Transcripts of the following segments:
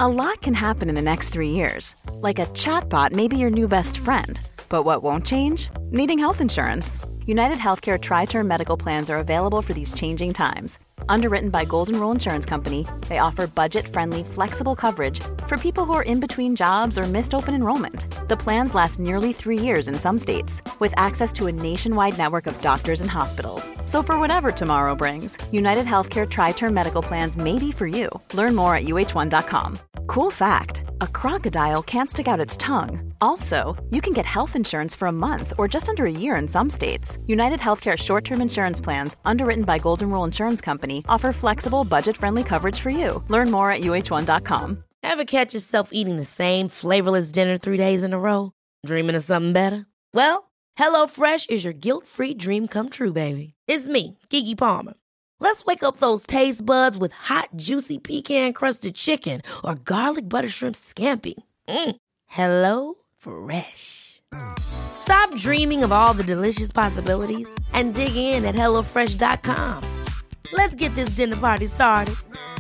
A lot can happen in the next 3 years. Like a chatbot may be your new best friend. But what won't change? Needing health insurance. United Healthcare Tri-Term Medical Plans are available for these changing times. Underwritten by Golden Rule Insurance Company, they offer budget-friendly, flexible coverage for people who are in between jobs or missed open enrollment. The plans last nearly 3 years in some states, with access to a nationwide network of doctors and hospitals. So for whatever tomorrow brings, United Healthcare Tri-Term Medical Plans may be for you. Learn more at uh1.com. Cool fact, a crocodile can't stick out its tongue. Also, you can get health insurance for a month or just under a year in some states. United Healthcare short-term insurance plans, underwritten by Golden Rule Insurance Company, offer flexible, budget-friendly coverage for you. Learn more at uh1.com. Ever catch yourself eating the same flavorless dinner 3 days in a row? Dreaming of something better? Well, HelloFresh is your guilt-free dream come true, baby. It's me, Keke Palmer. Let's wake up those taste buds with hot, juicy pecan-crusted chicken or garlic butter shrimp scampi. Hello Fresh. Stop dreaming of all the delicious possibilities and dig in at HelloFresh.com. Let's get this dinner party started.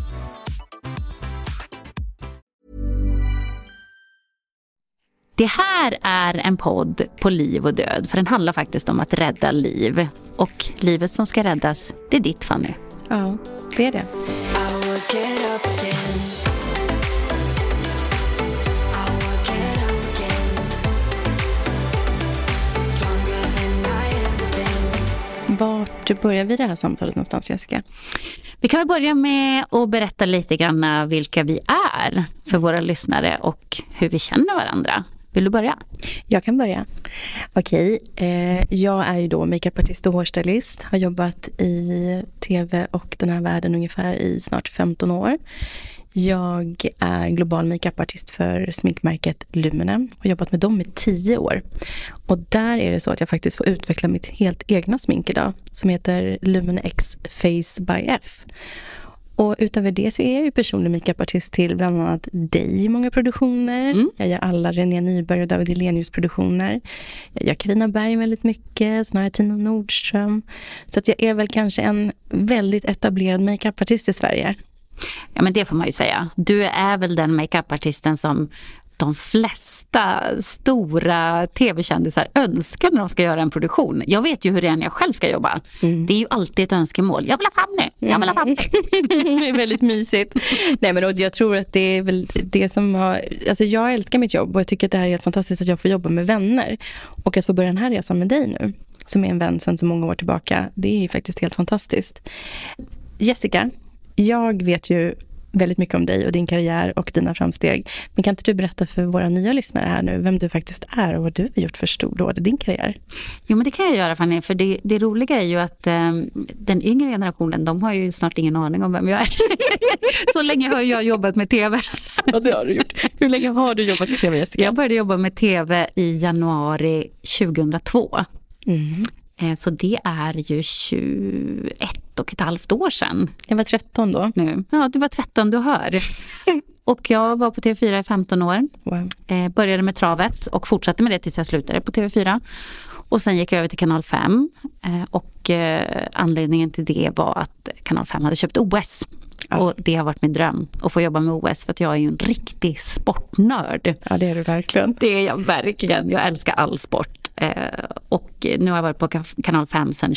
Det här är en podd på liv och död, för den handlar faktiskt om att rädda liv. Och livet som ska räddas, det är ditt, Fanny. Ja, det är det. Vart börjar vi det här samtalet någonstans, Jessica? Vi kan väl börja med att berätta lite grann vilka vi är för våra lyssnare och hur vi känner varandra. Vill du börja? Jag kan börja. Okej, jag är ju då makeupartist och hårstylist. Har jobbat i tv och den här världen ungefär i snart 15 år. Jag är global makeupartist för sminkmärket Lumene och har jobbat med dem i 10 år. Och där är det så att jag faktiskt får utveckla mitt helt egna smink idag som heter Lumene X Face by F. Och utöver det så är jag ju personlig makeupartist till bland annat dig i många produktioner. Jag gör alla René Nyberg och David Hellenius produktioner. Jag gör Carina Berg väldigt mycket. Sen har jag Tina Nordström. Så att jag är väl kanske en väldigt etablerad makeupartist i Sverige. Ja, men det får man ju säga. Du är väl den makeupartisten som de flesta stora tv-kändisar önskar när de ska göra en produktion. Jag vet ju hur det är när jag själv ska jobba. Det är ju alltid ett önskemål. Jag vill ha Fanny. Jag vill ha Fanny. Det är väldigt mysigt. Nej, men jag tror att det är väl det som har... Alltså jag älskar mitt jobb och jag tycker att det här är helt fantastiskt att jag får jobba med vänner. Och att få börja den här resan med dig nu, som är en vän sedan så många år tillbaka, det är ju faktiskt helt fantastiskt. Jessica, jag vet ju väldigt mycket om dig och din karriär och dina framsteg. Men kan inte du berätta för våra nya lyssnare här nu vem du faktiskt är och vad du har gjort för stordåd i din karriär? Jo, men det kan jag göra, Fanny, för det roliga är ju att den yngre generationen, de har ju snart ingen aning om vem jag är. Så länge har jag jobbat med tv. Ja, det har du gjort. Hur länge har du jobbat med tv, Jessica? Jag började jobba med tv i januari 2002. Så det är ju 21 och ett halvt år sedan. Jag var 13 då. Nu. Ja, du var 13, du hör. Och jag var på TV4 i 15 år. Wow. Började med travet och fortsatte med det tills jag slutade på TV4. Och sen gick jag över till Kanal 5. Och anledningen till det var att Kanal 5 hade köpt OS. Ja. Och det har varit min dröm att få jobba med OS, för att jag är ju en riktig sportnörd. Ja, det är du verkligen. Det är jag verkligen. Jag älskar all sport. Och nu har jag varit på Kanal 5 sedan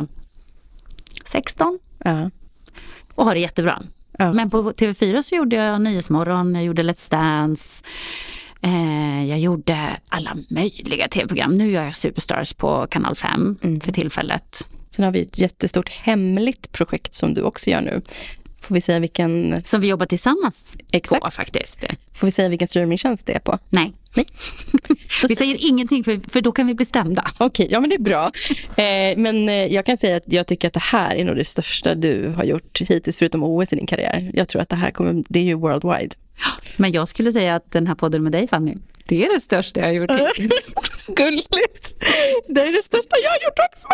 2016. Ja. Och har det jättebra. Ja. Men på TV4 så gjorde jag Nyhetsmorgon, jag gjorde Let's Dance. Jag gjorde alla möjliga tv-program. Nu gör jag Superstars på Kanal 5 för tillfället. Sen har vi ett jättestort hemligt projekt som du också gör nu. Får vi säga vilken... Som vi jobbar tillsammans. Exakt. På faktiskt. Får vi säga vilken streamingtjänst det är på? Nej. Vi säger ingenting för då kan vi bli stämda. Okej, ja men det är bra. Men jag kan säga att jag tycker att det här är nog det största du har gjort hittills förutom OS i din karriär. Jag tror att det här det är ju worldwide. Men jag skulle säga att den här podden med dig, Fanny, det är det största jag har gjort hittills. Gulligt. Det är det största jag har gjort också.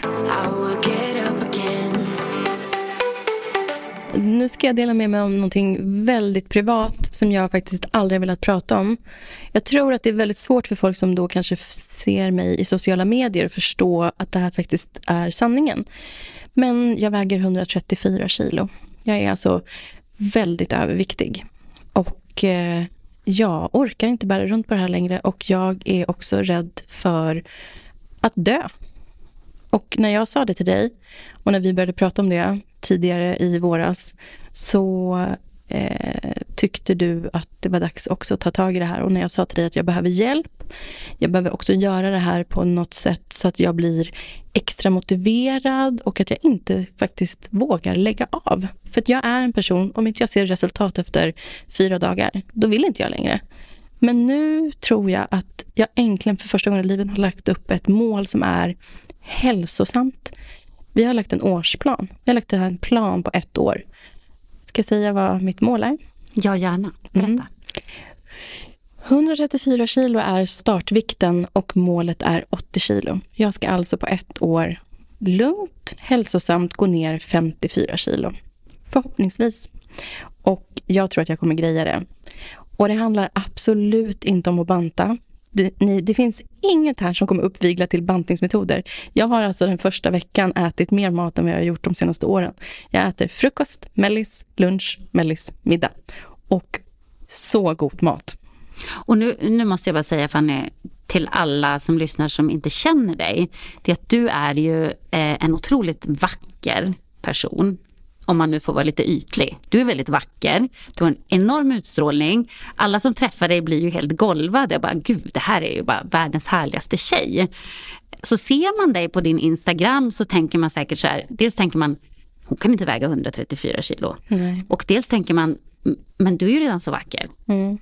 Nu ska jag dela med mig om någonting väldigt privat som jag faktiskt aldrig velat prata om. Jag tror att det är väldigt svårt för folk som då kanske ser mig i sociala medier att förstå att det här faktiskt är sanningen. Men jag väger 134 kilo. Jag är alltså väldigt överviktig. Och jag orkar inte bära runt på det här längre. Och jag är också rädd för att dö. Och när jag sa det till dig och när vi började prata om det tidigare i våras, så tyckte du att det var dags också att ta tag i det här. Och när jag sa till dig att jag behöver hjälp, jag behöver också göra det här på något sätt så att jag blir extra motiverad och att jag inte faktiskt vågar lägga av. För att jag är en person, om inte jag ser resultat efter 4 dagar, då vill inte jag längre. Men nu tror jag att jag äntligen för första gången i livet har lagt upp ett mål som är hälsosamt. Vi har lagt en årsplan. Vi har lagt en plan på 1 år. Ska jag säga vad mitt mål är? Ja, gärna. Berätta. 134 kilo är startvikten och målet är 80 kilo. Jag ska alltså på 1 år lugnt, hälsosamt gå ner 54 kilo. Förhoppningsvis. Och jag tror att jag kommer greja det. Och det handlar absolut inte om att banta. Det finns inget här som kommer uppvigla till bantningsmetoder. Jag har alltså den första veckan ätit mer mat än vad jag har gjort de senaste åren. Jag äter frukost, mellis, lunch, mellis, middag. Och så god mat. Och nu måste jag bara säga, Fanny, till alla som lyssnar som inte känner dig, det är att du är ju en otroligt vacker person. Om man nu får vara lite ytlig. Du är väldigt vacker. Du har en enorm utstrålning. Alla som träffar dig blir ju helt golvade. Bara, gud, det här är ju bara världens härligaste tjej. Så ser man dig på din Instagram så tänker man säkert så här. Dels tänker man, hon kan inte väga 134 kilo. Nej. Och dels tänker man, men du är ju redan så vacker. Mm.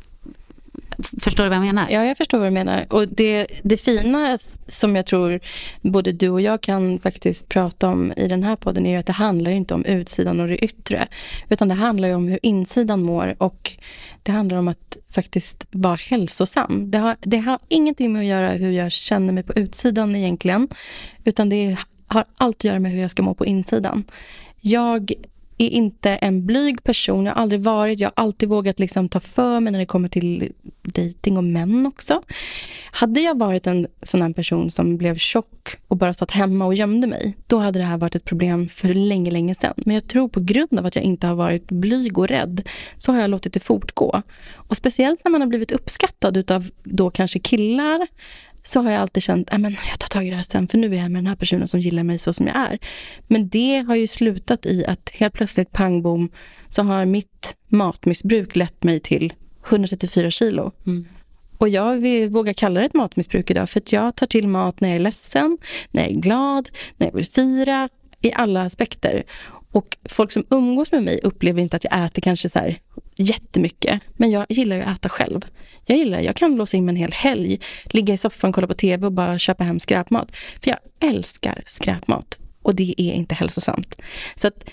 Förstår du vad jag menar? Ja, jag förstår vad du menar. Och det fina som jag tror både du och jag kan faktiskt prata om i den här podden är ju att det handlar ju inte om utsidan och det yttre. Utan det handlar ju om hur insidan mår och det handlar om att faktiskt vara hälsosam. Det har ingenting med att göra hur jag känner mig på utsidan egentligen. Utan det har allt att göra med hur jag ska må på insidan. Jag är inte en blyg person. Jag har aldrig varit. Jag har alltid vågat liksom ta för mig när det kommer till dating och män också. Hade jag varit en sån här person som blev tjock och bara satt hemma och gömde mig, då hade det här varit ett problem för länge sedan. Men jag tror på grund av att jag inte har varit blyg och rädd så har jag låtit det fortgå. Och speciellt när man har blivit uppskattad utav då kanske killar, så har jag alltid känt, men jag tar tag i det här sen, för nu är jag med den här personen som gillar mig så som jag är. Men det har ju slutat i att helt plötsligt, pang bom, så har mitt matmissbruk lett mig till 134 kilo. Mm. Och jag vågar kalla det ett matmissbruk idag, för att jag tar till mat när jag är ledsen, när jag är glad, när jag vill fira, i alla aspekter. Och folk som umgås med mig upplever inte att jag äter kanske så här jättemycket. Men jag gillar ju att äta själv. Jag kan låsa in mig en hel helg, ligga i soffan, kolla på tv och bara köpa hem skräpmat. För jag älskar skräpmat. Och det är inte hälsosamt. Så att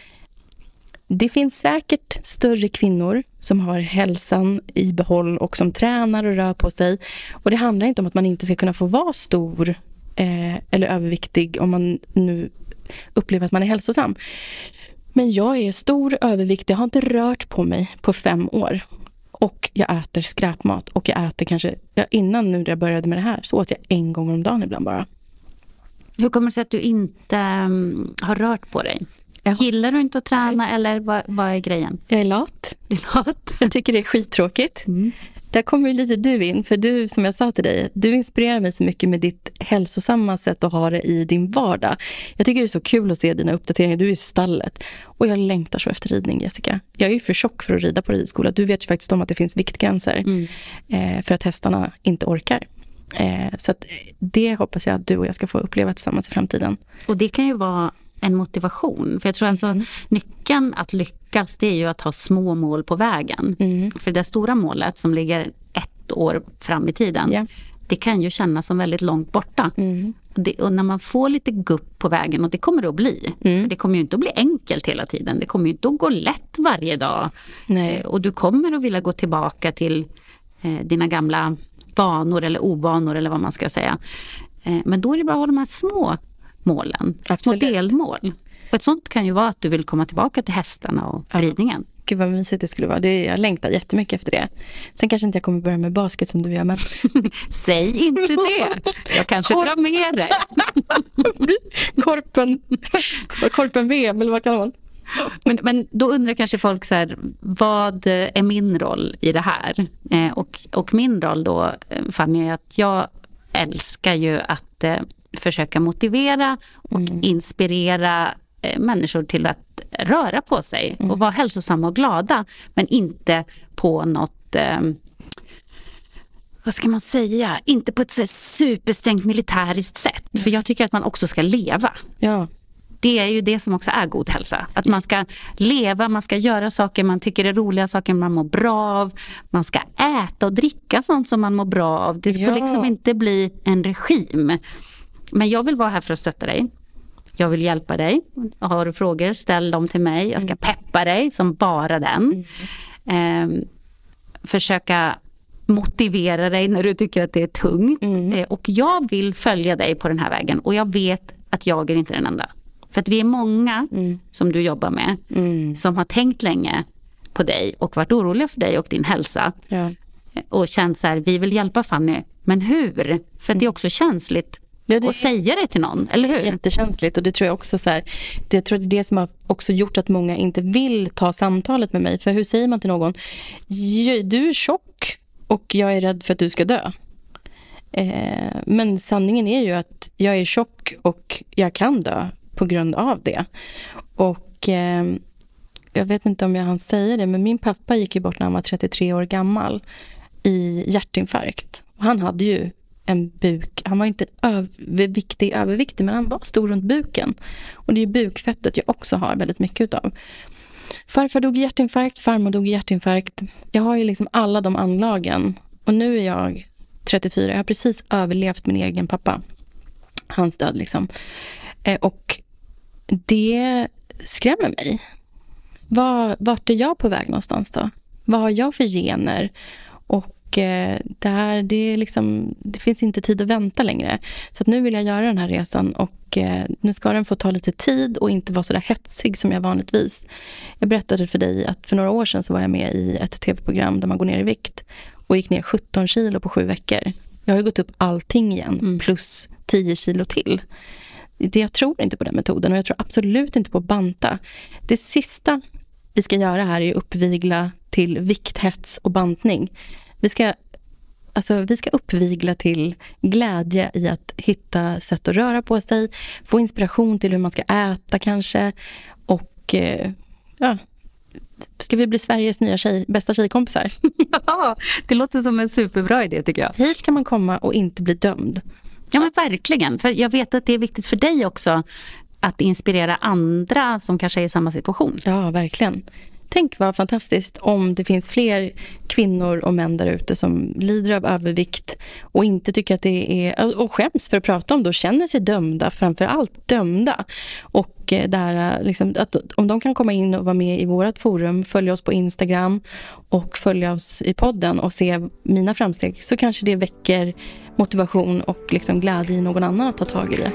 det finns säkert större kvinnor som har hälsan i behåll och som tränar och rör på sig. Och det handlar inte om att man inte ska kunna få vara stor eller överviktig om man nu upplever att man är hälsosam. Men jag är stor, överviktig. Jag har inte rört på mig på 5 år. Och jag äter skräpmat. Och jag äter kanske, innan nu jag började med det här, så åt jag 1 gång om dagen ibland bara. Hur kommer det sig att du inte har rört på dig? Gillar du inte att träna eller vad är grejen? Jag är lat. Du är lat? Jag tycker det är skittråkigt. Mm. Där kommer ju lite du in, för du, som jag sa till dig, du inspirerar mig så mycket med ditt hälsosamma sätt att ha det i din vardag. Jag tycker det är så kul att se dina uppdateringar, du är i stallet. Och jag längtar så efter ridning, Jessica. Jag är ju för tjock för att rida på ridskola. Du vet ju faktiskt om att det finns viktgränser för att hästarna inte orkar. Så att det hoppas jag att du och jag ska få uppleva tillsammans i framtiden. Och det kan ju vara en motivation. För jag tror alltså nyckeln att lyckas, det är ju att ha små mål på vägen. Mm. För det stora målet som ligger 1 år fram i tiden, det kan ju kännas som väldigt långt borta. Mm. Och när man får lite gupp på vägen, och det kommer det att bli. För det kommer ju inte att bli enkelt hela tiden. Det kommer ju inte att gå lätt varje dag. Nej. Och du kommer att vilja gå tillbaka till dina gamla vanor eller ovanor eller vad man ska säga. Men då är det bra att ha de här små målen. Absolut. Små delmål. Och ett sånt kan ju vara att du vill komma tillbaka till hästarna och ridningen. Gud vad mysigt det skulle vara. Jag längtar jättemycket efter det. Sen kanske inte jag kommer börja med basket som du gör, men... Säg inte det. Jag kanske drar med dig. Korpen VM, eller vad kallar man? Men då undrar kanske folk så här, vad är min roll i det här? Och min roll då, Fanny, är att jag älskar ju att försöka motivera och inspirera människor till att röra på sig och vara hälsosamma och glada, men inte på något vad ska man säga, inte på ett så supersträngt militäriskt sätt. För jag tycker att man också ska leva. Ja. Det är ju det som också är god hälsa. Att man ska leva, man ska göra saker man tycker är roliga, saker man mår bra av. Man ska äta och dricka sånt som man mår bra av. Det får liksom inte bli en regim. Men jag vill vara här för att stötta dig. Jag vill hjälpa dig. Har du frågor, ställ dem till mig. Jag ska peppa dig som bara den. Försöka motivera dig när du tycker att det är tungt. Och jag vill följa dig på den här vägen. Och jag vet att jag är inte den enda. För att vi är många som du jobbar med som har tänkt länge på dig och varit oroliga för dig och din hälsa. Ja. Och känt så här, vi vill hjälpa Fanny. Men hur? För att det är också känsligt att säga det till någon, eller hur? Jättekänsligt, och det tror jag också så här, jag tror att det är det som har också gjort att många inte vill ta samtalet med mig. För hur säger man till någon? Du är tjock och jag är rädd för att du ska dö. Men sanningen är ju att jag är tjock och jag kan dö på grund av det. Och jag vet inte om jag hann säga det, men min pappa gick ju bort när han var 33 år gammal i hjärtinfarkt. Och han hade ju en buk. Han var inte överviktig, men han var stor runt buken. Och det är bukfettet jag också har väldigt mycket utav. Farfar dog i hjärtinfarkt, farmor dog i hjärtinfarkt. Jag har ju liksom alla de anlagen. Och nu är jag 34. Jag har precis överlevt min egen pappa. Hans död liksom. Och det skrämmer mig. Vart är jag på väg någonstans då? Vad har jag för gener? Och det finns inte tid att vänta längre. Så att nu vill jag göra den här resan, och nu ska den få ta lite tid och inte vara så där hetsig som jag vanligtvis. Jag berättade för dig att för några år sedan så var jag med i ett tv-program där man går ner i vikt och gick ner 17 kilo på 7 veckor. Jag har ju gått upp allting igen plus 10 kilo till. Jag tror inte på den metoden, och jag tror absolut inte på att banta. Det sista vi ska göra här är att uppvigla till vikthets och bantning. Vi ska uppvigla till glädje i att hitta sätt att röra på sig, få inspiration till hur man ska äta kanske, och ska vi bli Sveriges nya bästa tjejkompisar? Ja, det låter som en superbra idé tycker jag. Hit kan man komma och inte bli dömd. Ja, men verkligen. För jag vet att det är viktigt för dig också att inspirera andra som kanske är i samma situation. Ja, verkligen. Tänk vad fantastiskt om det finns fler kvinnor och män där ute som lider av övervikt och inte tycker att det är, och skäms för att prata om det och känner sig dömda, framförallt dömda. Och där liksom, att om de kan komma in och vara med i vårat forum, följa oss på Instagram och följa oss i podden och se mina framsteg, så kanske det väcker motivation och liksom glädje i någon annan att ta tag i det.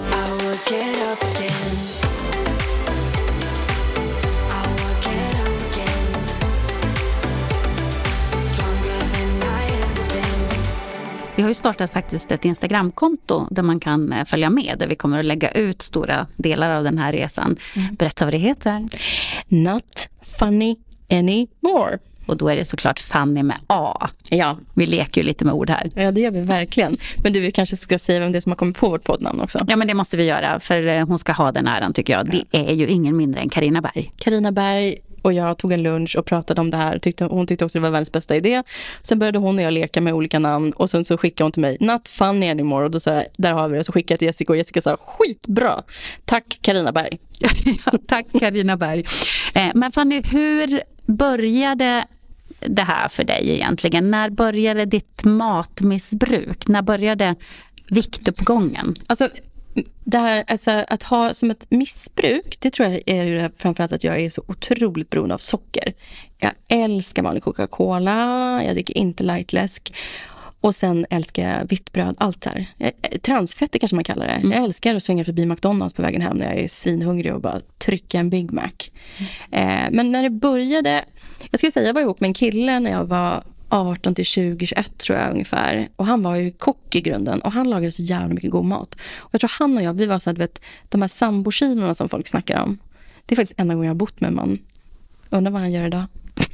Vi har ju startat faktiskt ett Instagramkonto där man kan följa med, där vi kommer att lägga ut stora delar av den här resan. Berätta vad det heter. Not funny anymore. Och då är det såklart Fanny med A. Ja. Vi leker ju lite med ord här. Ja, det gör vi verkligen. Men du, vi kanske ska säga vem det är som har kommit på vårt poddnamn också. Ja, men det måste vi göra, för hon ska ha den äran tycker jag. Ja. Det är ju ingen mindre än Carina Berg. Carina Berg och jag tog en lunch och pratade om det här. Hon tyckte också det var världens bästa idé. Sen började hon och jag leka med olika namn. Och sen så skickade hon till mig, not funny anymore. Och då sa jag, där har vi det. Så skickade jag till Jessica, och Jessica sa, skitbra. Tack Carina Berg. Ja, tack Carina Berg. Men Fanny, hur började det här för dig egentligen? När började ditt matmissbruk? När började viktuppgången? Alltså, det här, alltså, att ha som ett missbruk, det tror jag är ju framförallt att jag är så otroligt beroende av socker. Jag älskar vanlig Coca-Cola, jag dricker inte lightläsk. Och sen älskar jag vitt bröd, allt så här. Transfetter kanske man kallar det. Jag älskar att svänga förbi McDonald's på vägen hem när jag är svinhungrig och bara trycka en Big Mac. Men när det började, jag skulle säga jag var ihop med en kille när jag var 18 till 20, 21 tror jag ungefär. Och han var ju kock i grunden. Och han lagade så jävla mycket god mat. Och jag tror han och jag, vi var så att, vet, de här sambokilorna som folk snackar om. Det är faktiskt enda gången jag har bott med en man. Undrar vad han gör idag.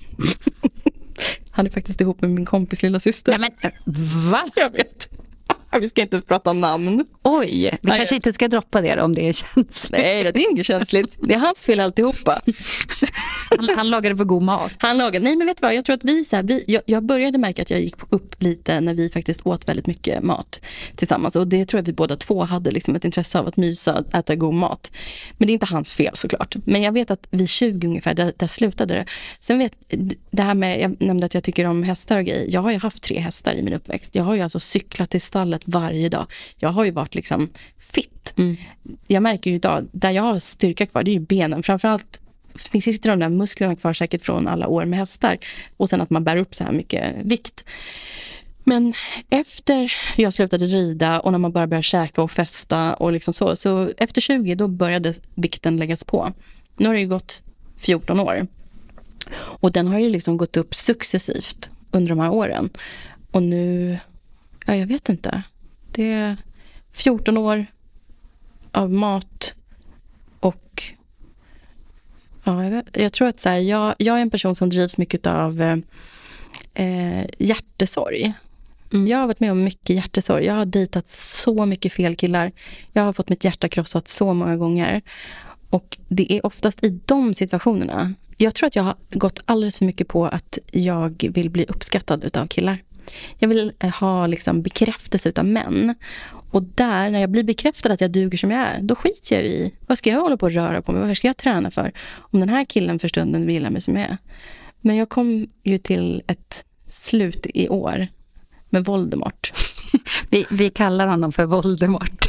Han är faktiskt ihop med min kompis lilla syster. Nej, men va? Jag vet. Vi ska inte prata namn. Oj, vi kanske inte ska droppa det om det är känsligt. Nej, det är inget känsligt. Det är hans fel alltihopa. Han lagade för god mat. Nej, men vet du vad? Jag tror att jag började märka att jag gick upp lite när vi faktiskt åt väldigt mycket mat tillsammans. Och det tror jag att vi båda två hade liksom ett intresse av att mysa, äta god mat. Men det är inte hans fel såklart. Men jag vet att vid 20 ungefär, där slutade det. Sen vet det här med, jag nämnde att jag tycker om hästar och grejer. Jag har ju haft 3 hästar i min uppväxt. Jag har ju alltså cyklat till stallet varje dag. Jag har ju varit liksom fit. Jag märker ju idag, där jag har styrka kvar, det är ju benen. Framförallt sitter de där musklerna kvar säkert från alla år med hästar. Och sen att man bär upp så här mycket vikt. Men efter jag slutade rida och när man bara började käka och festa och liksom så efter 20 då började vikten läggas på. Nu har det ju gått 14 år. Och den har ju liksom gått upp successivt under de här åren. Och nu, ja, jag vet inte. Det är 14 år av mat och ja, jag tror att så här, jag är en person som drivs mycket av hjärtesorg. Jag har varit med om mycket hjärtesorg. Jag har dejtat så mycket fel killar. Jag har fått mitt hjärta krossat så många gånger. Och det är oftast i de situationerna. Jag tror att jag har gått alldeles för mycket på att jag vill bli uppskattad utav killar. Jag vill ha liksom bekräftelse utav män. Och där, när jag blir bekräftad att jag duger som jag är, då skiter jag i. Vad ska jag hålla på att röra på mig? Vad ska jag träna för? Om den här killen för stunden vill mig som jag är. Men jag kom ju till ett slut i år med Voldemort. Vi kallar honom för Voldemort.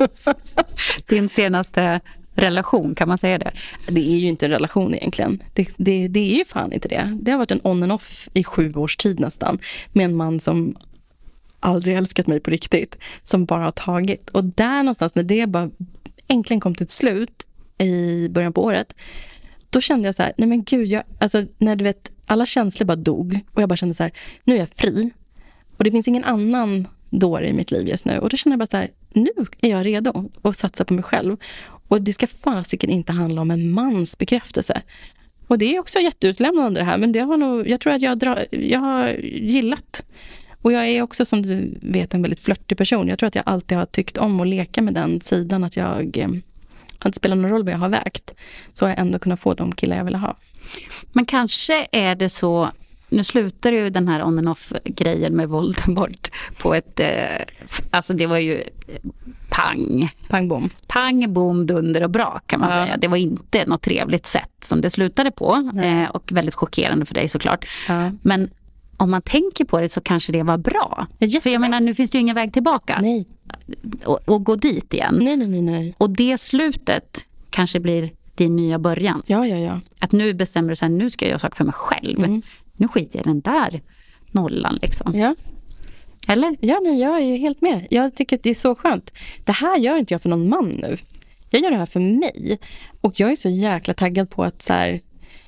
Din senaste relation, kan man säga det? Det är ju inte en relation egentligen. Det är ju fan inte det. Det har varit en on and off i 7 års tid nästan. Med en man som aldrig älskat mig på riktigt. Som bara har tagit. Och där någonstans när det bara äntligen kom till ett slut i början på året. Då kände jag så här, nej men gud, alltså när du vet, alla känslor bara dog. Och jag bara kände så här, nu är jag fri. Och det finns ingen annan dåre i mitt liv just nu. Och då kände jag bara så här, nu är jag redo att satsa på mig själv. Och det ska fasiken inte handla om en mans bekräftelse. Och det är också jätteutlämnande det här. Men det har nog, jag tror att jag har gillat. Och jag är också, som du vet, en väldigt flörtig person. Jag tror att jag alltid har tyckt om att leka med den sidan. Att jag har inte spelat någon roll vad jag har vägt. Så har jag ändå kunnat få de killar jag vill ha. Men kanske är det så. Nu slutar ju den här on and off-grejen med Voldemort på ett, alltså det var ju pang. Pang, bom. Pang, bom, dunder och bra kan man säga. Det var inte något trevligt sätt som det slutade på. Och väldigt chockerande för dig såklart. Ja. Men om man tänker på det så kanske det var bra. För jag menar, nu finns det ju ingen väg tillbaka. Nej. Och gå dit igen. Nej. Och det slutet kanske blir din nya början. Ja. Att nu bestämmer du sig, nu ska jag göra saker för mig själv. Nu skiter jag den där nollan liksom. Ja. Eller? Ja, nej, jag är helt med. Jag tycker att det är så skönt. Det här gör inte jag för någon man nu. Jag gör det här för mig. Och jag är så jäkla taggad på att så här,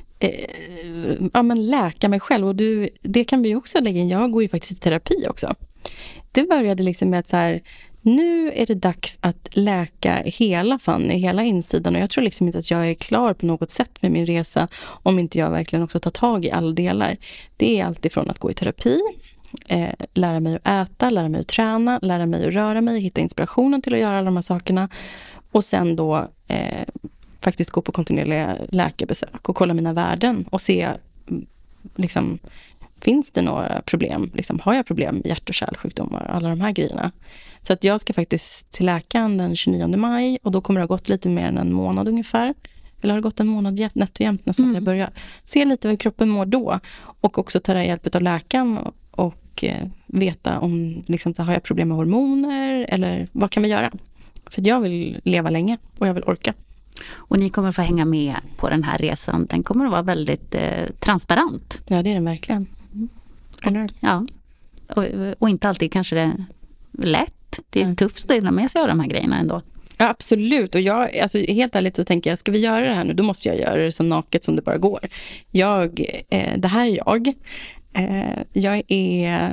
läka mig själv. Och det kan vi också lägga in. Jag går ju faktiskt i terapi också. Det började liksom med att så här, nu är det dags att läka hela Fanny, hela insidan. Och jag tror liksom inte att jag är klar på något sätt med min resa om inte jag verkligen också tar tag i alla delar. Det är allt ifrån att gå i terapi, lära mig att äta, lära mig att träna, lära mig att röra mig, hitta inspirationen till att göra alla de här sakerna. Och sen då faktiskt gå på kontinuerliga läkarbesök och kolla mina värden och se liksom, finns det några problem? Liksom, har jag problem med hjärt- och kärlsjukdomar? Alla de här grejerna. Så att jag ska faktiskt till läkaren den 29 maj. Och då kommer det ha gått lite mer än en månad ungefär. Eller har det gått en månad nätt och jämnt nästan. Så jag börjar se lite hur kroppen mår då. Och också ta hjälp av läkaren. Och veta om liksom, har jag problem med hormoner. Eller vad kan vi göra? För jag vill leva länge. Och jag vill orka. Och ni kommer att få hänga med på den här resan. Den kommer att vara väldigt transparent. Ja, det är den verkligen. Ja. Och inte alltid kanske det är lätt. Det är tufft att dela med sig av de här grejerna ändå. Ja, absolut. Och jag, alltså, helt ärligt så tänker jag, ska vi göra det här nu, då måste jag göra det så naket som det bara går. Det här är jag. Jag är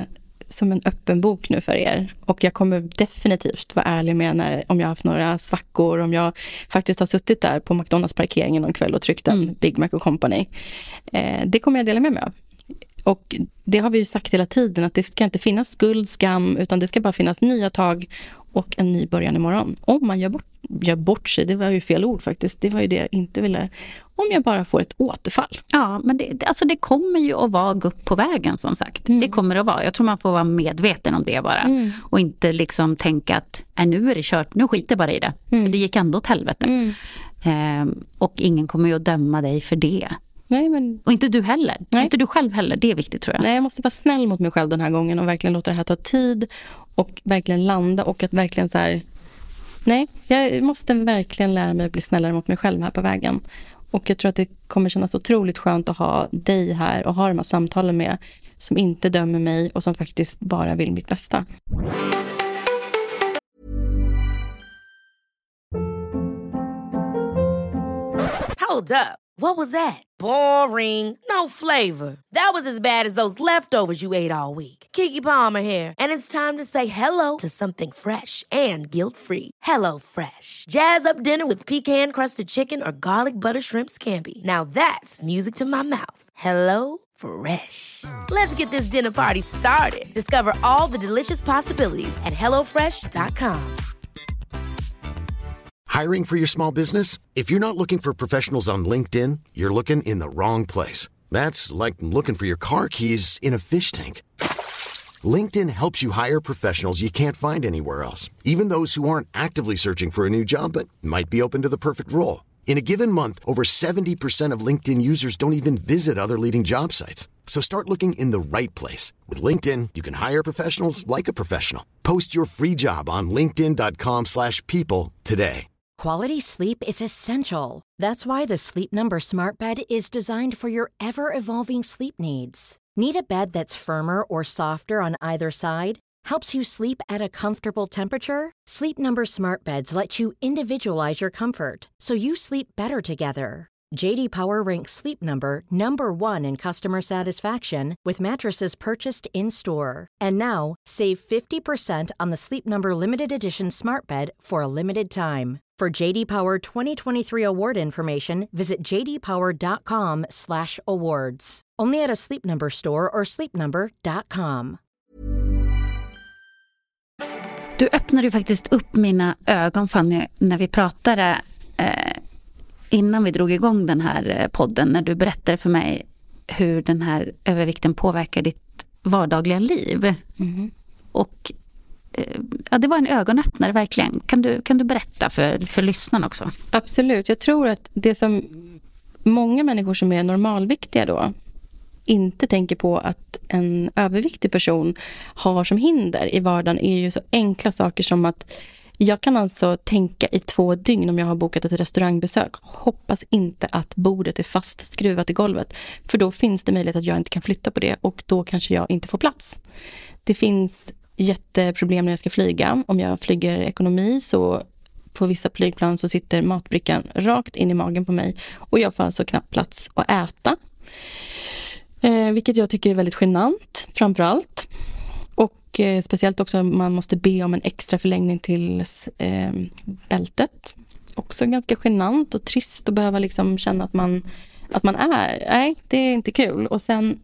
som en öppen bok nu för er. Och jag kommer definitivt vara ärlig med om jag har haft några svackor. Om jag faktiskt har suttit där på McDonalds-parkeringen någon kväll och tryckt en Big Mac och Company. Det kommer jag dela med mig av. Och det har vi ju sagt hela tiden, att det ska inte finnas skuld, skam, utan det ska bara finnas nya tag och en ny början imorgon. Om man gör bort sig, det var ju fel ord faktiskt, det var ju det jag inte ville. Om jag bara får ett återfall. Ja, men det kommer ju att vara gupp på vägen som sagt. Det kommer att vara. Jag tror man får vara medveten om det bara. Och inte liksom tänka att nu är det kört, nu skiter bara i det. För det gick ändå åt helvete. Och ingen kommer ju att döma dig för det. Nej, men... Och inte du heller. Nej. Inte du själv heller, det är viktigt tror jag. Nej, jag måste vara snäll mot mig själv den här gången och verkligen låta det här ta tid och verkligen landa och att verkligen så här... Nej, jag måste verkligen lära mig att bli snällare mot mig själv här på vägen. Och jag tror att det kommer kännas otroligt skönt att ha dig här och ha de här samtalen med som inte dömer mig och som faktiskt bara vill mitt bästa. Hold up. What was that? Boring. No flavor. That was as bad as those leftovers you ate all week. Keke Palmer here, and it's time to say hello to something fresh and guilt-free. Hello Fresh. Jazz up dinner with pecan-crusted chicken or garlic butter shrimp scampi. Now that's music to my mouth. Hello Fresh. Let's get this dinner party started. Discover all the delicious possibilities at hellofresh.com. Hiring for your small business? If you're not looking for professionals on LinkedIn, you're looking in the wrong place. That's like looking for your car keys in a fish tank. LinkedIn helps you hire professionals you can't find anywhere else, even those who aren't actively searching for a new job but might be open to the perfect role. In a given month, over 70% of LinkedIn users don't even visit other leading job sites. So start looking in the right place. With LinkedIn, you can hire professionals like a professional. Post your free job on linkedin.com/people today. Quality sleep is essential. That's why the Sleep Number Smart Bed is designed for your ever-evolving sleep needs. Need a bed that's firmer or softer on either side? Helps you sleep at a comfortable temperature? Sleep Number Smart Beds let you individualize your comfort, so you sleep better together. J.D. Power ranks Sleep Number #1 in customer satisfaction with mattresses purchased in-store. And now, save 50% on the Sleep Number Limited Edition Smart Bed for a limited time. For J.D. Power 2023 award information, visit jdpower.com/awards. Only at a Sleep Number store or sleepnumber.com. Du öppnade ju faktiskt upp mina ögon, Fanny, när vi pratade innan vi drog igång den här podden, när du berättade för mig hur den här övervikten påverkar ditt vardagliga liv. Och ja, det var en ögonöppnare verkligen. Kan du berätta för lyssnarna också? Absolut. Jag tror att det som många människor som är normalviktiga då inte tänker på att en överviktig person har som hinder i vardagen är ju så enkla saker som att jag kan alltså tänka i 2 dygn om jag har bokat ett restaurangbesök. Hoppas inte att bordet är fastskruvat i golvet. För då finns det möjlighet att jag inte kan flytta på det och då kanske jag inte får plats. Det finns jätteproblem när jag ska flyga. Om jag flyger ekonomi så på vissa flygplan så sitter matbrickan rakt in i magen på mig. Och jag får alltså knappt plats att äta. Vilket jag tycker är väldigt genant framförallt. Och speciellt också om man måste be om en extra förlängning till bältet. Också ganska genant och trist att behöva liksom känna att man är. Nej, det är inte kul. Och sen,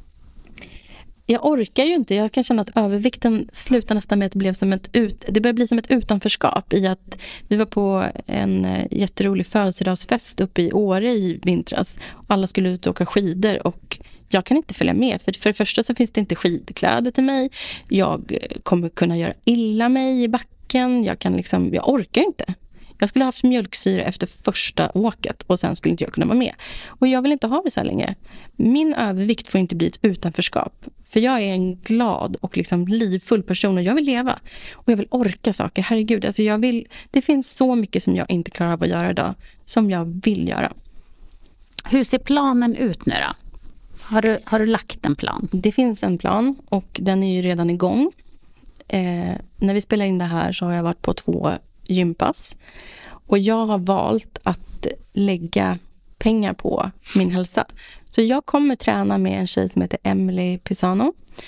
jag orkar ju inte. Jag kan känna att övervikten slutar nästan med att det blev som det börjar bli som ett utanförskap i att vi var på en jätterolig födelsedagsfest uppe i Åre i vintras. Alla skulle ut och åka skidor och jag kan inte följa med. För det första så finns det inte skidkläder till mig. Jag kommer kunna göra illa mig i backen. Jag orkar inte. Jag skulle ha haft mjölksyra efter första åket och sen skulle inte jag kunna vara med. Och jag vill inte ha det så här länge. Min övervikt får inte bli ett utanförskap. För jag är en glad och liksom livfull person och jag vill leva. Och jag vill orka saker. Herregud, alltså det finns så mycket som jag inte klarar av att göra idag som jag vill göra. Hur ser planen ut nu då? Har du lagt en plan? Det finns en plan och den är ju redan igång. När vi spelar in det här så har jag varit på 2 gympass. Och jag har valt att lägga pengar på min hälsa. Så jag kommer träna med en tjej som heter Emily Pisano.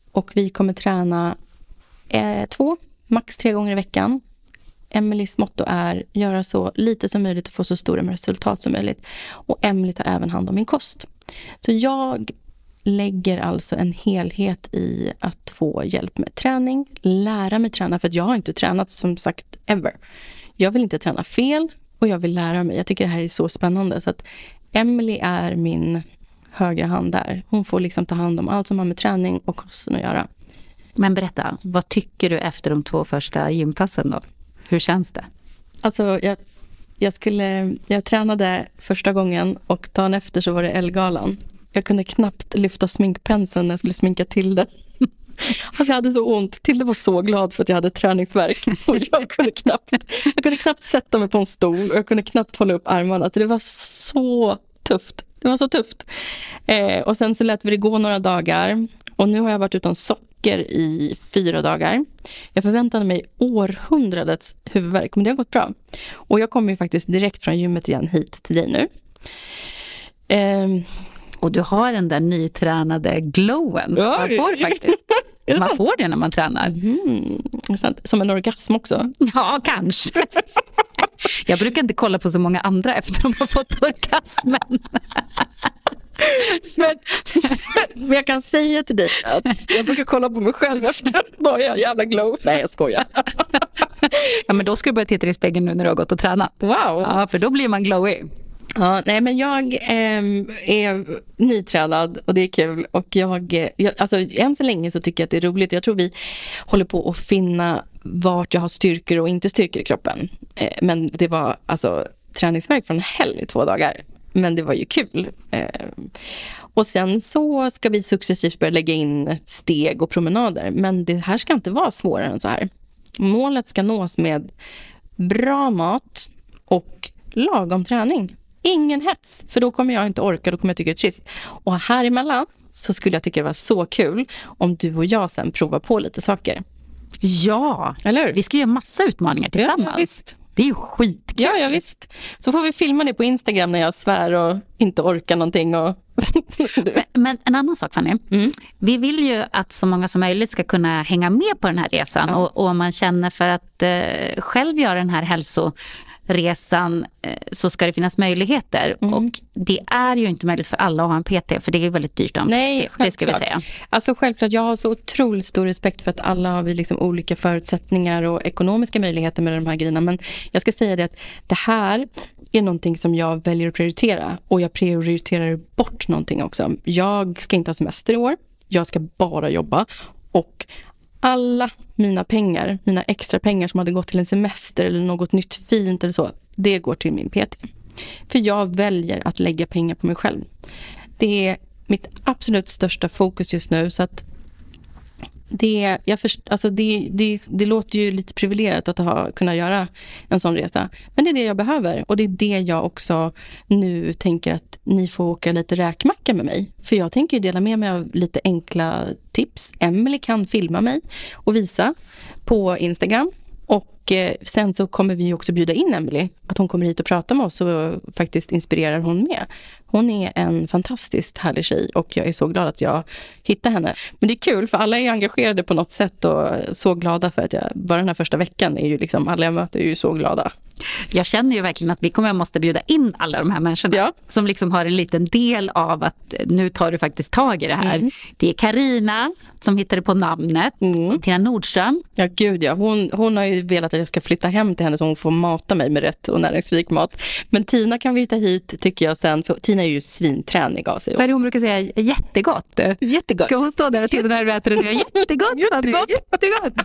och vi kommer träna 2, max 3 gånger i veckan. Emelies motto är göra så lite som möjligt och få så stora resultat som möjligt. Och Emelie tar även hand om min kost. Så jag lägger alltså en helhet i att få hjälp med träning, lära mig träna, för att jag har inte tränat som sagt ever. Jag vill inte träna fel och jag vill lära mig. Jag tycker det här är så spännande, så att Emelie är min högra hand där. Hon får liksom ta hand om allt som har med träning och kosten att göra. Men berätta, vad tycker du efter de 2 första gympassen då? Hur känns det? Alltså jag tränade första gången och dagen efter så var det Ellegalan. Jag kunde knappt lyfta sminkpenseln när jag skulle sminka Tilde. Alltså jag hade så ont. Tilde var så glad för att jag hade träningsvärk. Och jag kunde knappt sätta mig på en stol. Och jag kunde knappt hålla upp armarna. Alltså det var så tufft. Och sen så lät vi det gå några dagar. Och nu har jag varit utan socker i 4 dagar. Jag förväntade mig århundradets huvudvärk, men det har gått bra. Och jag kommer ju faktiskt direkt från gymmet igen hit till dig nu. Och du har den där nytränade glowen som man får faktiskt. Man får det när man tränar. Som en orgasm också. Ja, kanske. Jag brukar inte kolla på så många andra efter de har fått orgasmen. Men jag kan säga till dig att jag brukar kolla på mig själv efter. Då är jag jävla glow. Nej, jag skojar. Ja, men då ska du börja titta i spegeln nu när du har gått och tränat. Wow. Ja, för då blir man glowy. Ja, nej, men jag är nytränad och det är kul. Och jag alltså än så länge så tycker jag att det är roligt. Jag tror vi håller på att finna vart jag har styrkor och inte styrkor i kroppen. Men det var alltså träningsvärk från helg i 2 dagar. Men det var ju kul. Och sen så ska vi successivt börja lägga in steg och promenader. Men det här ska inte vara svårare än så här. Målet ska nås med bra mat och lagom träning. Ingen hets, för då kommer jag inte orka, då kommer jag tycka det är trist. Och här emellan så skulle jag tycka det var så kul om du och jag sen provar på lite saker. Ja, eller hur? Vi ska göra massa utmaningar tillsammans. Ja, visst. Det är ju skitkul. Ja, visst. Så får vi filma det på Instagram när jag svär och inte orkar någonting. Och men en annan sak, Fanny. Vi vill ju att så många som möjligt ska kunna hänga med på den här resan. Ja. Och om man känner för att själv göra den här hälsoresan så ska det finnas möjligheter. Och det är ju inte möjligt för alla att ha en PT, för det är väldigt dyrt. Nej, det ska vi säga. Alltså självklart, jag har så otroligt stor respekt för att alla har vi liksom olika förutsättningar och ekonomiska möjligheter med de här grejerna. Men jag ska säga det att det här är någonting som jag väljer att prioritera. Och jag prioriterar bort någonting också. Jag ska inte ha semester i år. Jag ska bara jobba. Och alla mina pengar, mina extra pengar som hade gått till en semester eller något nytt fint eller så, det går till min PT. För jag väljer att lägga pengar på mig själv. Det är mitt absolut största fokus just nu, så att det låter ju lite privilegierat att kunna göra en sån resa. Men det är det jag behöver. Och det är det jag också nu tänker att ni får åka lite räkmacka med mig. För jag tänker ju dela med mig av lite enkla tips. Emelie kan filma mig och visa på Instagram. Och sen så kommer vi också bjuda in Emelie. Att hon kommer hit och pratar med oss, och faktiskt inspirerar hon med. Hon är en fantastiskt härlig tjej och jag är så glad att jag hittar henne. Men det är kul för alla är engagerade på något sätt och så glada för att bara den här första veckan är ju liksom, alla jag möter är ju så glada. Jag känner ju verkligen att vi måste bjuda in alla de här människorna som liksom har en liten del av att nu tar du faktiskt tag i det här. Det är Carina som hittade på namnet, Tina Nordström. Ja, gud ja. Hon har ju velat att jag ska flytta hem till henne så hon får mata mig med rätt och näringsrik mat. Men Tina kan vi ta hit tycker jag sen, för Tina är ju svintränig av sig. Vad är det hon brukar säga? Jättegott. Jättegott. Ska hon stå där och titta när du äter och säga jättegott? Jättegott.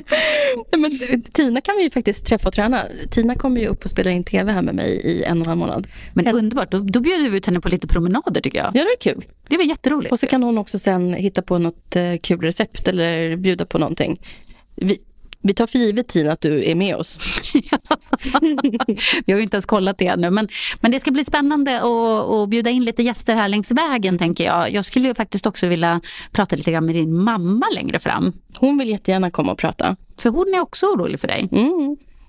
Men Tina kan vi ju faktiskt träffa och träna. Tina kommer ju upp och spelar in tv här med mig i 1,5 månad. Men underbart, då bjuder vi ut henne på lite promenader tycker jag. Ja, det är kul. Det var jätteroligt. Och så kan hon också sen hitta på något kul recept eller bjuda på någonting. Vi tar för givet, Tina, att du är med oss. Vi har ju inte ens kollat det ännu. Men det ska bli spännande att bjuda in lite gäster här längs vägen, tänker jag. Jag skulle ju faktiskt också vilja prata lite grann med din mamma längre fram. Hon vill jättegärna komma och prata. För hon är också orolig för dig.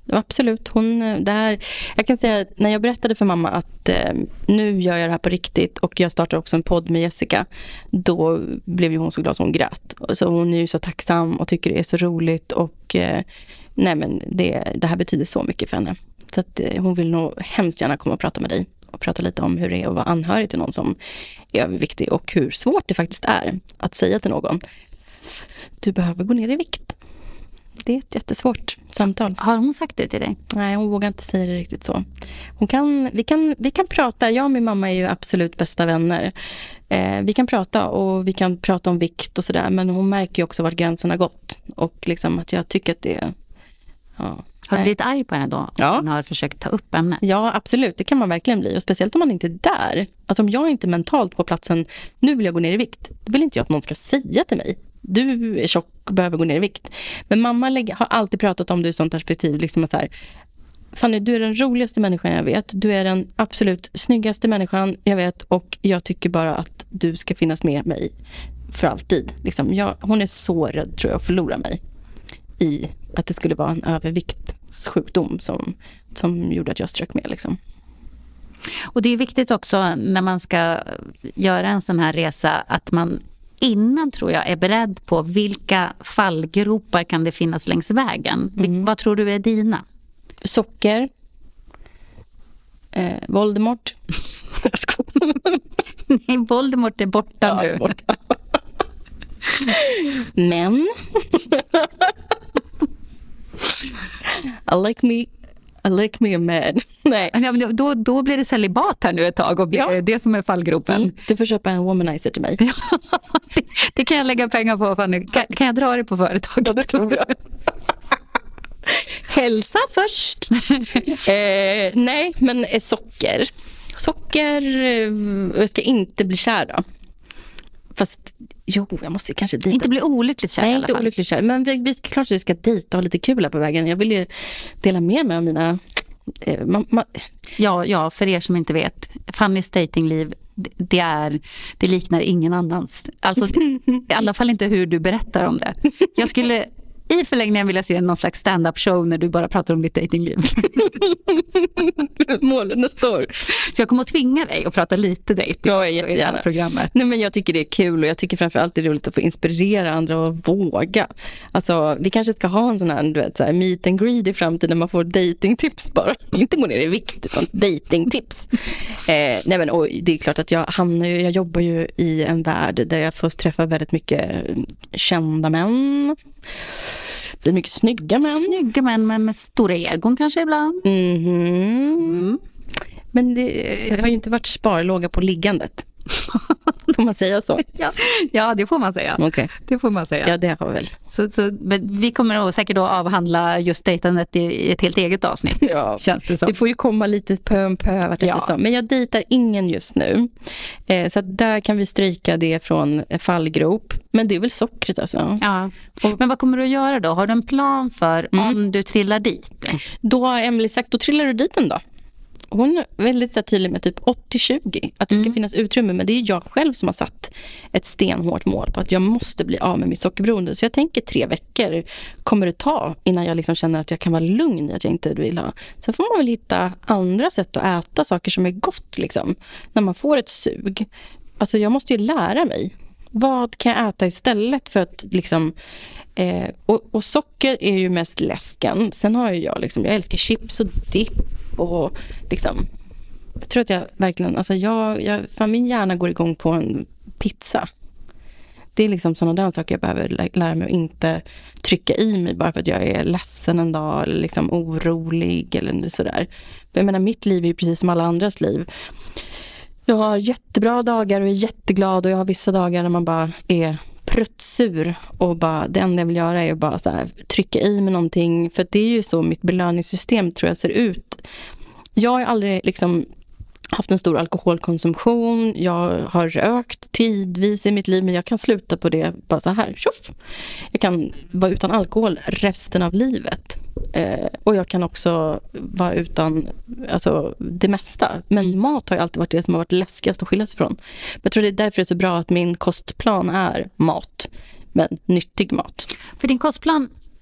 absolut. Jag kan säga när jag berättade för mamma att nu gör jag det här på riktigt och jag startar också en podd med Jessica, då blev ju hon så glad som hon grät. Så hon är ju så tacksam och tycker det är så roligt och nej men det här betyder så mycket för henne. Så att hon vill nog hemskt gärna komma och prata med dig och prata lite om hur det är att vara anhörig till någon som är överviktig och hur svårt det faktiskt är att säga till någon: du behöver gå ner i vikt. Det är ett jättesvårt samtal. Har hon sagt det till dig? Nej, hon vågar inte säga det riktigt så. Vi kan prata. Jag och min mamma är ju absolut bästa vänner. Vi kan prata och vi kan prata om vikt och sådär. Men hon märker ju också vart gränsen har gått. Och liksom att jag tycker att det... Ja. Har du blivit arg på henne då? Ja. Hon har försökt ta upp ämnet? Ja, absolut. Det kan man verkligen bli. Och speciellt om man inte är där. Alltså om jag inte är mentalt på platsen, nu vill jag gå ner i vikt. Då vill inte jag att någon ska säga till mig: du är tjock och behöver gå ner i vikt. Men mamma har alltid pratat om det i sånt perspektiv. Liksom så här: Fanny, du är den roligaste människan jag vet. Du är den absolut snyggaste människan jag vet. Och jag tycker bara att du ska finnas med mig för alltid. Liksom, hon är så rädd, tror jag, att förlora mig i att det skulle vara en överviktssjukdom som gjorde att jag strök med. Liksom. Och det är viktigt också när man ska göra en sån här resa att man innan, tror jag, är beredd på vilka fallgropar kan det finnas längs vägen. Vad tror du är dina? Socker. Voldemort. Nej, Voldemort är borta nu. Borta. Men I like me a man. Nej. Då blir det celibat här nu ett tag och det som är fallgropen. Du får köpa en womanizer till mig. Det kan jag lägga pengar på. Fanny. Kan jag dra det på företaget? Ja, det tror jag. Hälsa först. Nej, men socker. Jag ska inte bli kär då. Fast, jag måste kanske dejta. Inte bli olyckligt kär. Nej, inte olyckligt kär. Men vi klart att vi ska dejta och ha lite kul här på vägen. Jag vill ju dela med mig av mina... Ja, för er som inte vet. Fannys datingliv, det liknar ingen annans. Alltså, i alla fall inte hur du berättar om det. Jag skulle... I förlängningen vill jag se någon slags stand-up show när du bara pratar om ditt datingliv. Målen är stor. Så jag kommer att tvinga dig att prata lite dating. Ja, jättegärna. Programmet. Nej, men jag tycker det är kul och jag tycker framförallt det är roligt att få inspirera andra och våga. Alltså, vi kanske ska ha en sån här, du vet, så här meet and greet i framtiden när man får datingtips bara. Inte gå ner i vikt, utan datingtips. Nej, men det är klart att jag jobbar ju i en värld där jag får träffa väldigt mycket kända män. Det är mycket snygga män. Snygga män, men med stora egon kanske ibland. Men det har ju inte varit sparlåga på liggandet. Får man säga så? Ja, det får man säga. Okay. Det får man säga. Ja, det har väl. Men vi kommer säkert att avhandla just dejtandet i ett helt eget avsnitt. Ja, känns det som. Det får ju komma lite pö om pö. Men jag dejtar ingen just nu. Så att där kan vi stryka det från fallgrop. Men det är väl sockret alltså. Ja. Men vad kommer du att göra då? Har du en plan för om du trillar dit? Då har Emily sagt, då trillar du dit en dag. Hon är väldigt tydlig med typ 80-20. Att det ska finnas utrymme. Men det är jag själv som har satt ett stenhårt mål på att jag måste bli av med mitt sockerberoende. Så jag tänker 3 veckor kommer det ta innan jag liksom känner att jag kan vara lugn i att jag inte vill ha. Sen får man väl hitta andra sätt att äta saker som är gott liksom. När man får ett sug. Alltså jag måste ju lära mig. Vad kan jag äta istället för att liksom... och socker är ju mest läsken. Sen har jag liksom... Jag älskar chips och dipp. Och liksom, jag tror att jag verkligen, alltså min hjärna går igång på en pizza. Det är liksom sådana där saker jag behöver lära mig att inte trycka i mig bara för att jag är ledsen en dag eller liksom orolig eller sådär. För jag menar, mitt liv är ju precis som alla andras liv. Jag har jättebra dagar och är jätteglad och jag har vissa dagar när man bara är pruttsur och bara, det enda jag vill göra är bara så här, trycka i med någonting, för det är ju så mitt belöningssystem tror jag ser ut. Jag har aldrig liksom haft en stor alkoholkonsumtion, jag har rökt tidvis i mitt liv, men jag kan sluta på det bara så här, tjoff. Jag kan vara utan alkohol resten av livet. Och jag kan också vara utan alltså, det mesta. Men mat har ju alltid varit det som har varit läskigast att skilja sig från. Men jag tror det är därför det är så bra att min kostplan är mat. Men nyttig mat. För din kostplan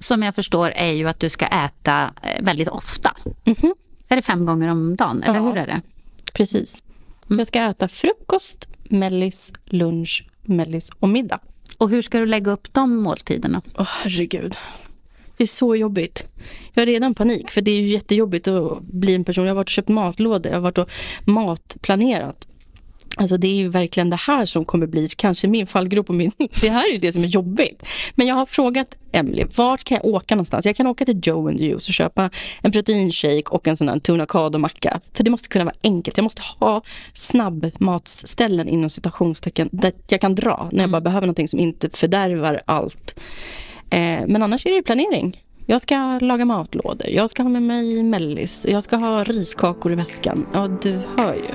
som jag förstår är ju att du ska äta väldigt ofta. Är det 5 gånger om dagen? Eller hur är det? Precis. Jag ska äta frukost, mellis, lunch, mellis och middag. Och hur ska du lägga upp de måltiderna? Herregud. Det är så jobbigt. Jag har redan panik, för det är ju jättejobbigt att bli en person. Jag har varit och köpt matlådor, jag har varit och matplanerat. Alltså det är ju verkligen det här som kommer bli kanske min fallgrop och det här är det som är jobbigt. Men jag har frågat Emily, vart kan jag åka någonstans? Jag kan åka till Joe and the Juice och köpa en proteinshake och en sån här tuna macka. För det måste kunna vara enkelt. Jag måste ha snabbmatsställen inom citationstecken där jag kan dra när jag bara behöver någonting som inte fördärvar allt. Men annars är det ju planering. Jag ska laga matlådor, jag ska ha med mig mellis, jag ska ha riskakor i väskan. Ja, du hör ju.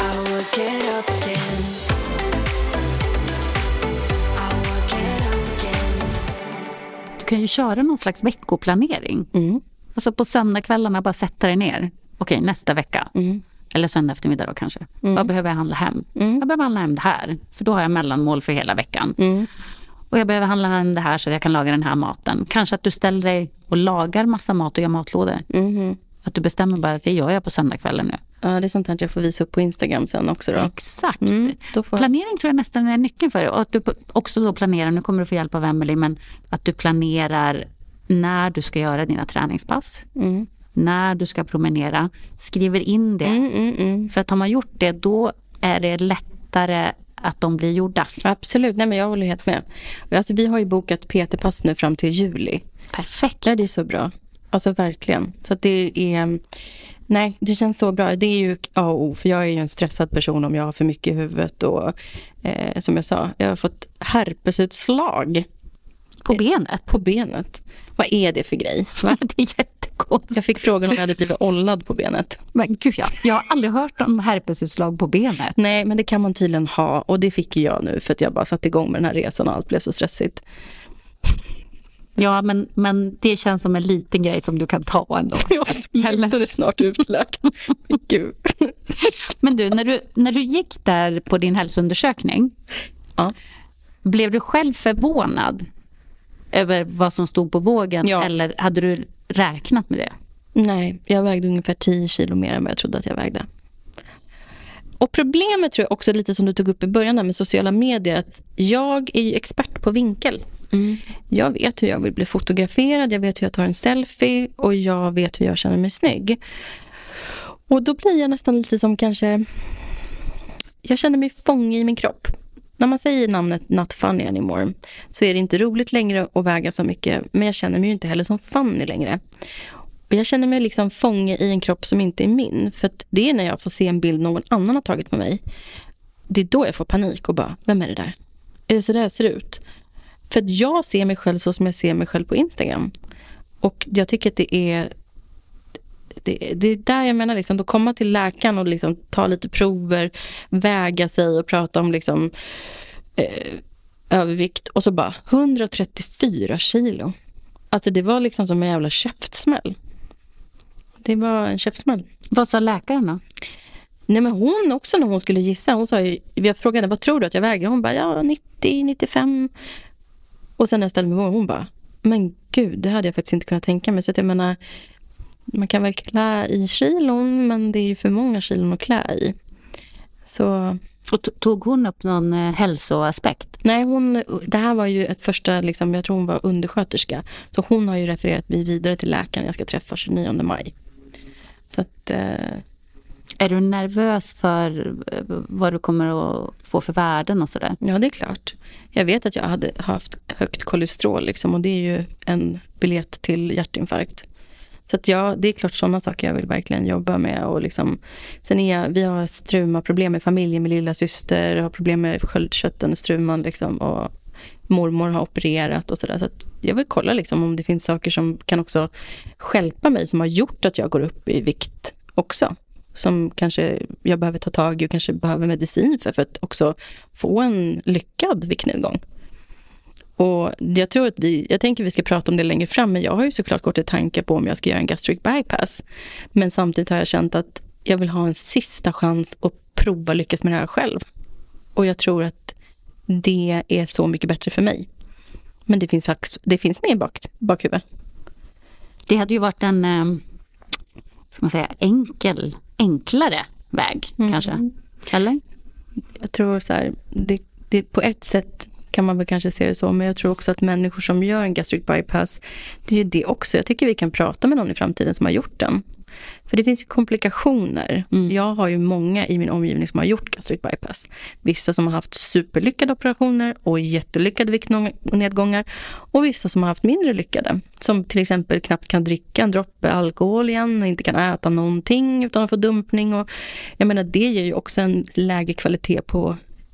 Du kan ju köra någon slags veckoplanering. Alltså på söndagskvällarna bara sätta dig ner. Okej, nästa vecka. Eller söndag eftermiddag då kanske. Vad behöver jag handla hem? Jag behöver handla hem det här. För då har jag mellanmål för hela veckan. Och jag behöver handla hem det här så att jag kan laga den här maten. Kanske att du ställer dig och lagar massa mat och gör matlådor. Att du bestämmer bara att det gör jag på söndagskvällen nu. Ja, det är sånt att jag får visa upp på Instagram sen också då. Exakt. Planering tror jag nästan är nyckeln för det. Och att du också då planerar, nu kommer du få hjälp av Emily, men att du planerar när du ska göra dina träningspass. När du ska promenera. Skriver in det. För att har man gjort det, då är det lättare att de blir gjorda. Absolut, nej men jag håller helt med. Alltså, vi har ju bokat PT-pass nu fram till juli. Perfekt. Ja, det är så bra. Alltså verkligen. Så att det är... Nej, det känns så bra. Det är ju A och O, för jag är ju en stressad person om jag har för mycket i huvudet. Och som jag sa, jag har fått herpesutslag. På benet? På benet. Vad är det för grej? Va? Det är jättekonstigt. Jag fick frågan om jag hade blivit ollad på benet. Men gud, jag har aldrig hört om herpesutslag på benet. Nej, men det kan man tydligen ha. Och det fick jag nu för att jag bara satt igång med den här resan och allt blev så stressigt. Ja, men det känns som en liten grej som du kan ta ändå. Ja, absolut. Det är snart utlagt. Gud. Men du, när du gick där på din hälsoundersökning, blev du själv förvånad över vad som stod på vågen? Ja. Eller hade du räknat med det? Nej, jag vägde ungefär 10 kilo mer än vad jag trodde att jag vägde. Och problemet tror jag också lite som du tog upp i början där med sociala medier, att jag är ju expert på vinkel. Jag vet hur jag vill bli fotograferad, jag vet hur jag tar en selfie och jag vet hur jag känner mig snygg. Och då blir jag nästan lite som kanske... Jag känner mig fånge i min kropp. När man säger namnet Not Funny Anymore så är det inte roligt längre att väga så mycket, men jag känner mig ju inte heller som funny längre. Och jag känner mig liksom fånge i en kropp som inte är min, för att det är när jag får se en bild någon annan har tagit med mig. Det är då jag får panik och bara, vem är det där? Är det så där ser ut? För att jag ser mig själv så som jag ser mig själv på Instagram. Och jag tycker att det är där jag menar liksom, då komma till läkaren och liksom ta lite prover, väga sig och prata om liksom övervikt och så bara 134 kilo. Alltså det var liksom som en jävla käftsmäll. Det var en käftsmäll. Vad sa läkaren då? Nej, men hon också när hon skulle gissa, hon sa ju, jag frågade vad tror du att jag väger? Hon bara, ja 90, 95. Och sen när jag ställde mig hon bara, men gud, det hade jag faktiskt inte kunnat tänka mig. Så att jag menar, man kan väl klä i kilon, men det är ju för många kilon att klä i. Så... Och tog hon upp någon hälsoaspekt? Nej, det här var ju ett första, liksom, jag tror hon var undersköterska. Så hon har ju refererat mig vidare till läkaren jag ska träffa 29 maj. Så att... Är du nervös för vad du kommer att få för värden och sådär? Ja, det är klart. Jag vet att jag hade haft högt kolesterol liksom, och det är ju en biljett till hjärtinfarkt. Så att ja, det är klart sådana saker jag vill verkligen jobba med. Och liksom, sen vi har struma-problem med familjen, med lilla syster, har problem med sköldkörteln och struman liksom, och mormor har opererat och sådär. Så att jag vill kolla liksom, om det finns saker som kan också hjälpa mig, som har gjort att jag går upp i vikt också. Som kanske jag behöver ta tag i och kanske behöver medicin för att också få en lyckad viktnedgång. Och jag tror att jag tänker vi ska prata om det längre fram, men jag har ju såklart gått i tankar på om jag ska göra en gastric bypass. Men samtidigt har jag känt att jag vill ha en sista chans att prova lyckas med det här själv. Och jag tror att det är så mycket bättre för mig. Men det finns med i bakhuvudet. Det hade ju varit en ska man säga, enklare väg kanske. Eller? Jag tror så här, det på ett sätt kan man väl kanske se det så, men jag tror också att människor som gör en gastric bypass, det är ju det också. Jag tycker vi kan prata med någon i framtiden som har gjort den. För det finns ju komplikationer. Jag har ju många i min omgivning som har gjort gastric bypass. Vissa som har haft superlyckade operationer och jättelyckade viktnedgångar. Och vissa som har haft mindre lyckade. Som till exempel knappt kan dricka en droppe alkohol igen och inte kan äta någonting utan att få dumpning. Och jag menar, det ger ju också en lägre kvalitet på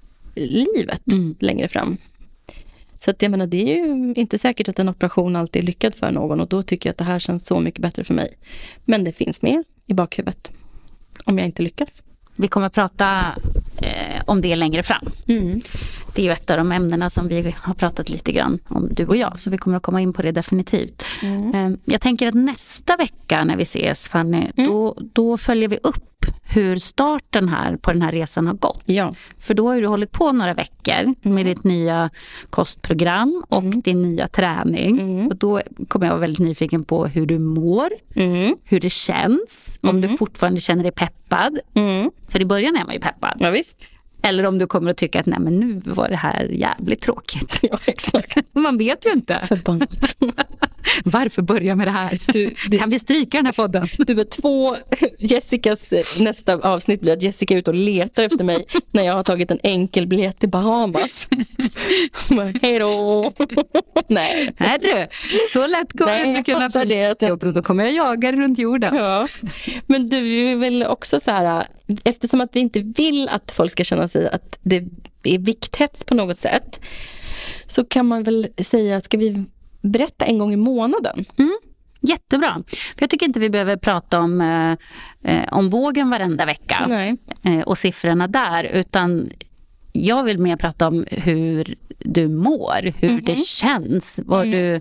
livet längre fram. Så att jag menar, det är ju inte säkert att en operation alltid är lyckad för någon, och då tycker jag att det här känns så mycket bättre för mig. Men det finns med i bakhuvudet om jag inte lyckas. Vi kommer att prata om det längre fram. Det är ju ett av de ämnena som vi har pratat lite grann om, du och jag, så vi kommer att komma in på det definitivt. Jag tänker att nästa vecka när vi ses, Fanny, då följer vi upp hur starten här på den här resan har gått. Ja. För då har du hållit på några veckor med ditt nya kostprogram och din nya träning. Och då kommer jag vara väldigt nyfiken på hur du mår, hur det känns, om du fortfarande känner dig peppad. För i början är man ju peppad. Ja, visst. Eller om du kommer att tycka att nej, men nu var det här jävligt tråkigt. Ja, exakt. Man vet ju inte. Förbannat. Varför börja med det här? Kan vi stryka den här podden? Du var 2 Jessicas nästa avsnitt blir att Jessica är ute och letar efter mig när jag har tagit en enkel biljett till Bahamas. Hej då! Nej. Herre, så lätt går det inte kunna fattar det. Då kommer jag jaga runt jorden. Ja. Men du är väl också så här, eftersom att vi inte vill att folk ska känna sig att det är vikthets på något sätt, så kan man väl säga, ska vi berätta en gång i månaden? Jättebra. För jag tycker inte vi behöver prata om vågen varenda vecka. Nej. Och siffrorna där, utan jag vill mer prata om hur du mår, hur det känns, vad du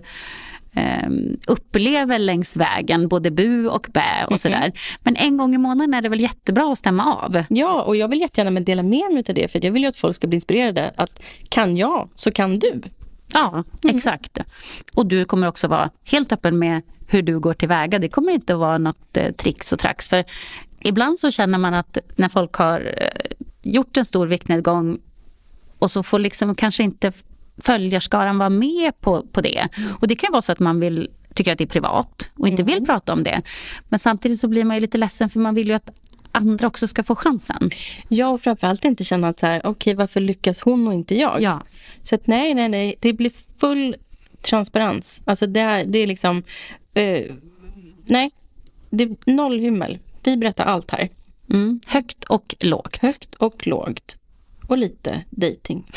upplever längs vägen, både bu och bä och sådär. Men en gång i månaden är det väl jättebra att stämma av. Ja, och jag vill jättegärna dela med mig av det, för jag vill ju att folk ska bli inspirerade, att kan jag så kan du. Ja, exakt. Och du kommer också vara helt öppen med hur du går tillväga. Det kommer inte att vara något tricks och trax. För ibland så känner man att när folk har gjort en stor viktnedgång och så får liksom kanske inte följarskaran vara med på det. Och det kan vara så att man tycker att det är privat och inte vill prata om det. Men samtidigt så blir man ju lite ledsen, för man vill ju att andra också ska få chansen. Ja, och framförallt inte känna att så här, okej, varför lyckas hon och inte jag? Ja. Så att nej, det blir full transparens. Alltså det är liksom nej, det är noll himmel. Vi berättar allt här. Högt och lågt. Högt och lågt. Och lite dating.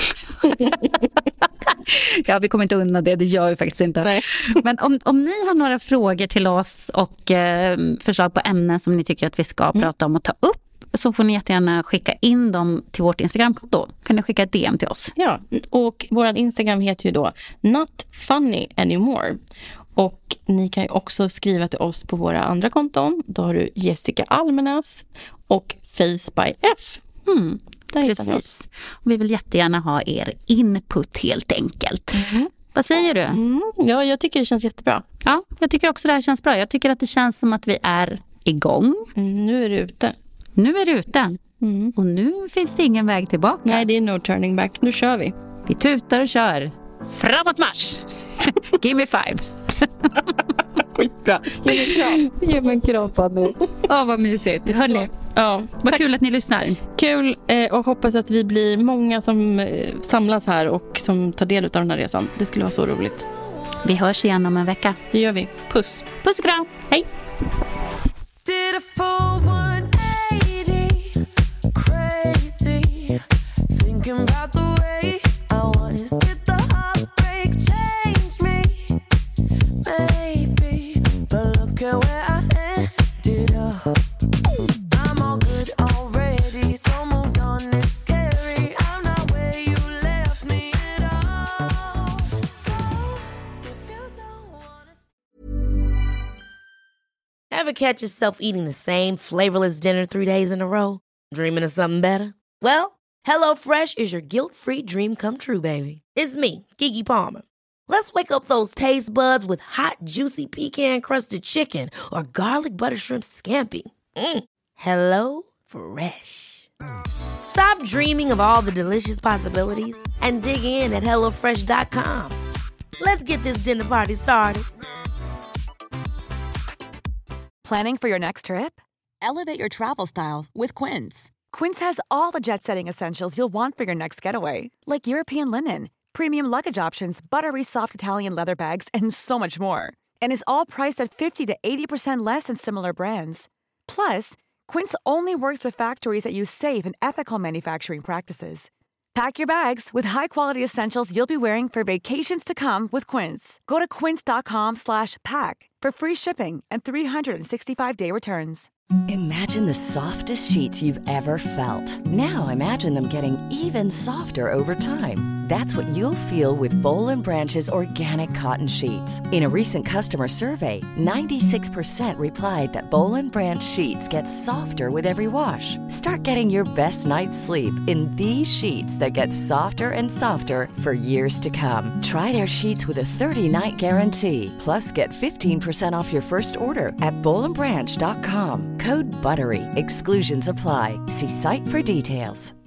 Ja, vi kommer inte undan det gör vi faktiskt inte. Nej. Men om ni har några frågor till oss och förslag på ämnen som ni tycker att vi ska prata om och ta upp, så får ni jättegärna skicka in dem till vårt Instagramkonto. Kan ni skicka ett DM till oss? Ja, och vår Instagram heter ju då Not Funny Anymore. Och ni kan ju också skriva till oss på våra andra konton. Då har du Jessica Almenas och Face by F. Precis. Och vi vill jättegärna ha er input helt enkelt. Vad säger du? Ja, jag tycker det känns jättebra. Ja, jag tycker också det här känns bra. Jag tycker att det känns som att vi är igång. Nu är det ute. Nu är det ute. Och nu finns det ingen väg tillbaka. Nej, det är no turning back. Nu kör vi. Vi tutar och kör. Framåt marsch! Give me 5. Skitbra. Ge mig en kram på nu. Vad mysigt. Hörrni, vad kul att ni lyssnar. Kul, och hoppas att vi blir många som samlas här och som tar del av den här resan. Det skulle vara så roligt. Vi hörs igen om en vecka. Det gör vi. Puss. Puss och kram. Hej. Did a full 180, crazy, thinking about the way I was. Did the heartbreak change me? Maybe, but look at where I ended up. I'm all good already, so moved on, it's scary. I'm not where you left me at all. So, if you don't wanna... Ever catch yourself eating the same flavorless dinner 3 days in a row? Dreaming of something better? Well, HelloFresh is your guilt-free dream come true, baby. It's me, Keke Palmer. Let's wake up those taste buds with hot, juicy pecan-crusted chicken or garlic butter shrimp scampi. Hello Fresh. Stop dreaming of all the delicious possibilities and dig in at HelloFresh.com. Let's get this dinner party started. Planning for your next trip? Elevate your travel style with Quince. Quince has all the jet-setting essentials you'll want for your next getaway, like European linen, premium luggage options, buttery soft Italian leather bags, and so much more. And is all priced at 50 to 80% less than similar brands. Plus, Quince only works with factories that use safe and ethical manufacturing practices. Pack your bags with high-quality essentials you'll be wearing for vacations to come with Quince. Go to quince.com/pack for free shipping and 365-day returns. Imagine the softest sheets you've ever felt. Now imagine them getting even softer over time. That's what you'll feel with Boll & Branch's organic cotton sheets. In a recent customer survey, 96% replied that Boll & Branch sheets get softer with every wash. Start getting your best night's sleep in these sheets that get softer and softer for years to come. Try their sheets with a 30-night guarantee. Plus, get 15% off your first order at bollandbranch.com. Code BUTTERY. Exclusions apply. See site for details.